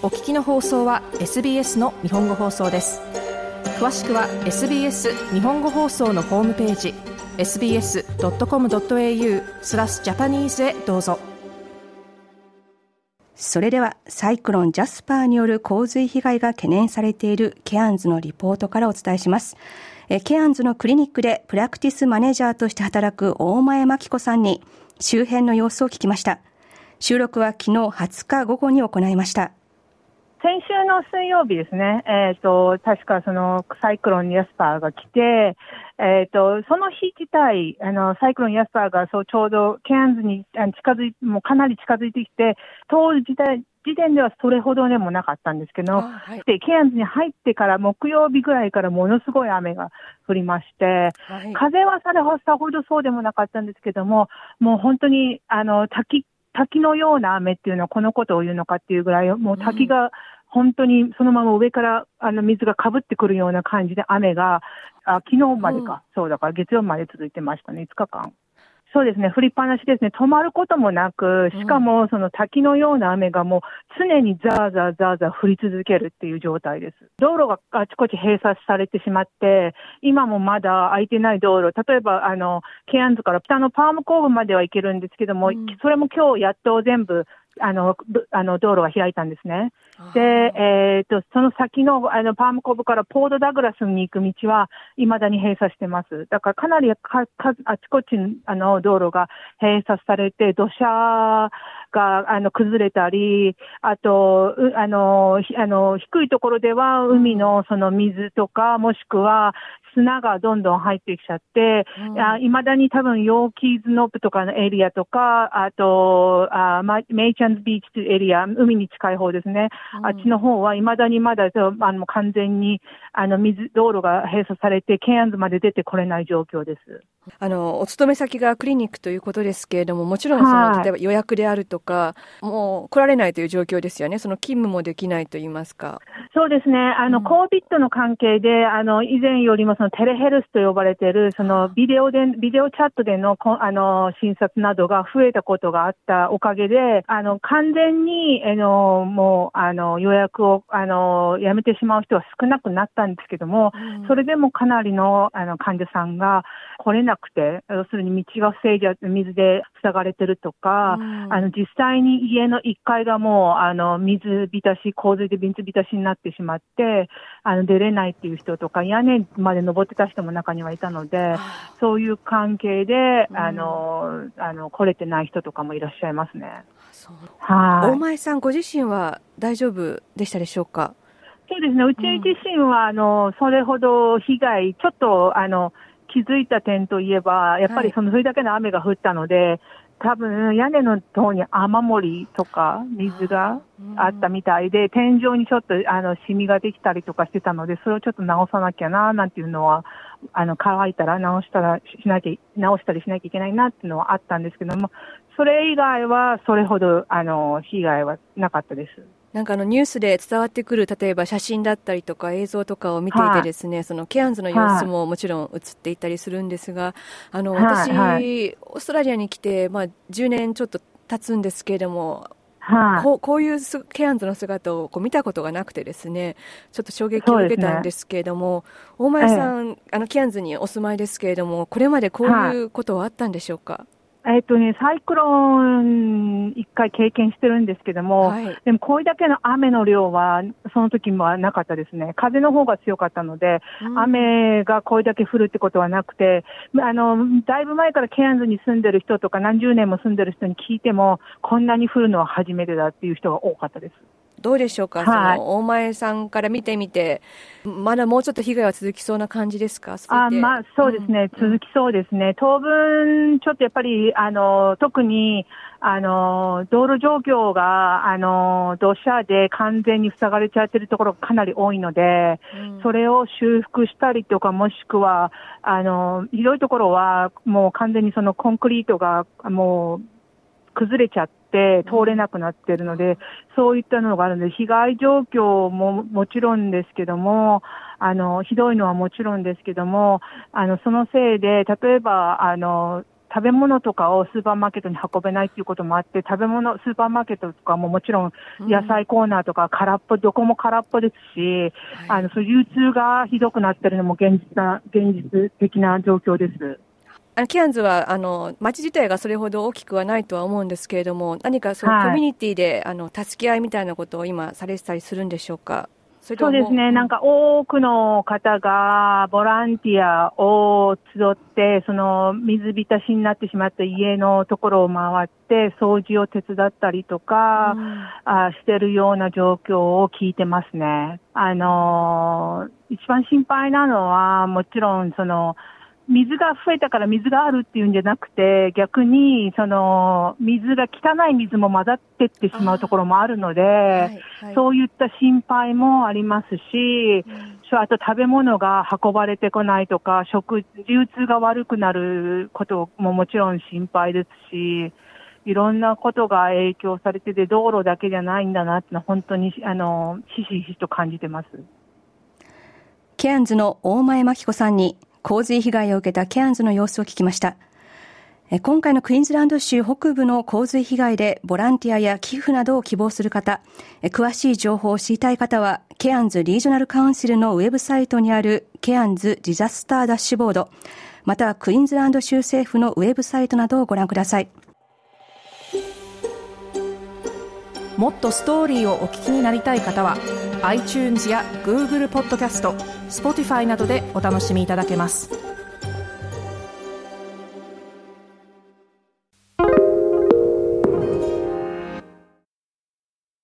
お聞きの放送は SBS の日本語放送です。詳しくは SBS 日本語放送のホームページ sbs.com.au/Japanese へどうぞ。それではサイクロンジャスパーによる洪水被害が懸念されているケアンズのリポートからお伝えします。ケアンズのクリニックでプラクティスマネージャーとして働く大前真紀子さんに周辺の様子を聞きました。収録は昨日20日午後に行いました。 先週の水曜日ですね、確かそのサイクロンヤスパーが来て、その日自体、サイクロンヤスパーがちょうどケアンズにもうかなり近づいてきて、当時時点ではそれほどでもなかったんですけど、はい、でケアンズに入ってから木曜日ぐらいからものすごい雨が降りまして、はい、風はさほどそうでもなかったんですけども、もう本当に滝のような雨っていうのはこのことを言うのかっていうぐらい、もう滝が本当にそのまま上から水がかぶってくるような感じで雨が昨日までか、そうだから月曜まで続いてましたね、5日間。そうですね、降りっぱなしですね。止まることもなく、しかもその滝のような雨がもう常にザーザー降り続けるっていう状態です。道路があちこち閉鎖されてしまって、今もまだ空いてない道路、例えばケアンズから北のパームコーブまでは行けるんですけども、それも今日やっと全部道路が開いたんですね。で、その先のパームコブからポートダグラスに行く道は未だに閉鎖してます。だからかなりあちこち道路が閉鎖されて、土砂が崩れたり、あと低いところでは海のその水とか、もしくは砂がどんどん入ってきちゃって、未だに多分ヨーキーズノープとかのエリアとか、あとメイチャンズビーチというエリア、海に近い方ですね。あっちの方は未だにまだ完全に道路が閉鎖されてケアンズまで出てこれない状況です。 お勤め先がクリニックということですけれども、もちろん例えば予約であるとか、もう来られないという状況ですよね。その勤務もできないと言いますか。 そうですね。COVID の関係で以前よりもそのテレヘルスと呼ばれているそのビデオチャットでの診察などが増えたことがあったおかげで完全にもう予約をやめてしまう人は少なくなったんですけども、それでもかなりの患者さんが来れなくて、要するに道が水で塞がれてるとか、実際に家の1階がもう水浸し、洪水で水浸しになってしまって出れないっていう人とか、屋根まで登ってた人も中にはいたので、そういう関係で来れてない人とかもいらっしゃいますね。 大前さんご自身は大丈夫でしたでしょうか？ そうですね、うち自身はそれほど被害、ちょっと気づいた点といえば、やっぱりそれだけの雨が降ったので、多分屋根の方に雨漏りとか水があったみたいで、天井にちょっとシミができたりとかしてたので、それをちょっと直さなきゃななんていうのは乾いたら直したりしなきゃいけないなっていうのはあったんですけども、それ以外はそれほど被害はなかったです。 なんかニュースで伝わってくる例えば写真だったりとか映像とかを見ていてですね、そのケアンズの様子ももちろん映っていたりするんですが、私、オーストラリアに来て、10年ちょっと経つんですけれども、こういうケアンズの姿を見たことがなくてですね、ちょっと衝撃を受けたんですけれども、大前さん、ケアンズにお住まいですけれども、これまでこういうことはあったんでしょうか？ サイクロン一回経験してるんですけども、でもこれだけの雨の量はその時もなかったですね。風の方が強かったので、雨がこれだけ降るってことはなくて、だいぶ前からケアンズに住んでる人とか何十年も住んでる人に聞いても、こんなに降るのは初めてだっていう人が多かったです。 どうでしょうか、その大前さんから見てみて、まだもうちょっと被害は続きそうな感じですか？ そうですね、続きそうですね。当分、ちょっとやっぱり、特に、道路状況が、土砂で完全に塞がれちゃってるところがかなり多いので、それを修復したりとか、もしくは、ひどいところは、もう完全にそのコンクリートがもう崩れちゃって、通れなくなっているので、そういったのがあるので、被害状況ももちろんですけども、ひどいのはもちろんですけども、そのせいで、例えば、 食べ物とかをスーパーマーケットに運べないっていうこともあって、スーパーマーケットとかももちろん野菜コーナーとかどこも空っぽですし、そう流通がひどくなってるのも現実的な状況です。 ケアンズは町自体がそれほど大きくはないとは思うんですけれども、何かそのコミュニティで、助け合いみたいなことを今されてたりするんでしょうか？ そうですね。なんか多くの方がボランティアを集って、その水浸しになってしまった家のところを回って掃除を手伝ったりとか、してるような状況を聞いてますね。一番心配なのはもちろん水が増えたから水があるっていうんじゃなくて、逆に水が汚い水も混ざってってしまうところもあるので、そういった心配もありますし、あと食べ物が運ばれてこないとか、流通が悪くなることももちろん心配ですし、いろんなことが影響されてて、道路だけじゃないんだなってのは本当にひしひしと感じてます。 ケアンズの大前真紀子さんに洪水被害を受けたケアンズの様子を聞きました。今回のクイーンズランド州北部の洪水被害でボランティアや寄付などを希望する方、詳しい情報を知りたい方はケアンズリージョナルカウンシルのウェブサイトにあるケアンズディザスターダッシュボード、またはクイーンズランド州政府のウェブサイトなどをご覧ください。 もっとストーリーをお聞きになりたい方は iTunes や Google ポッドキャスト、Spotify などでお楽しみいただけます。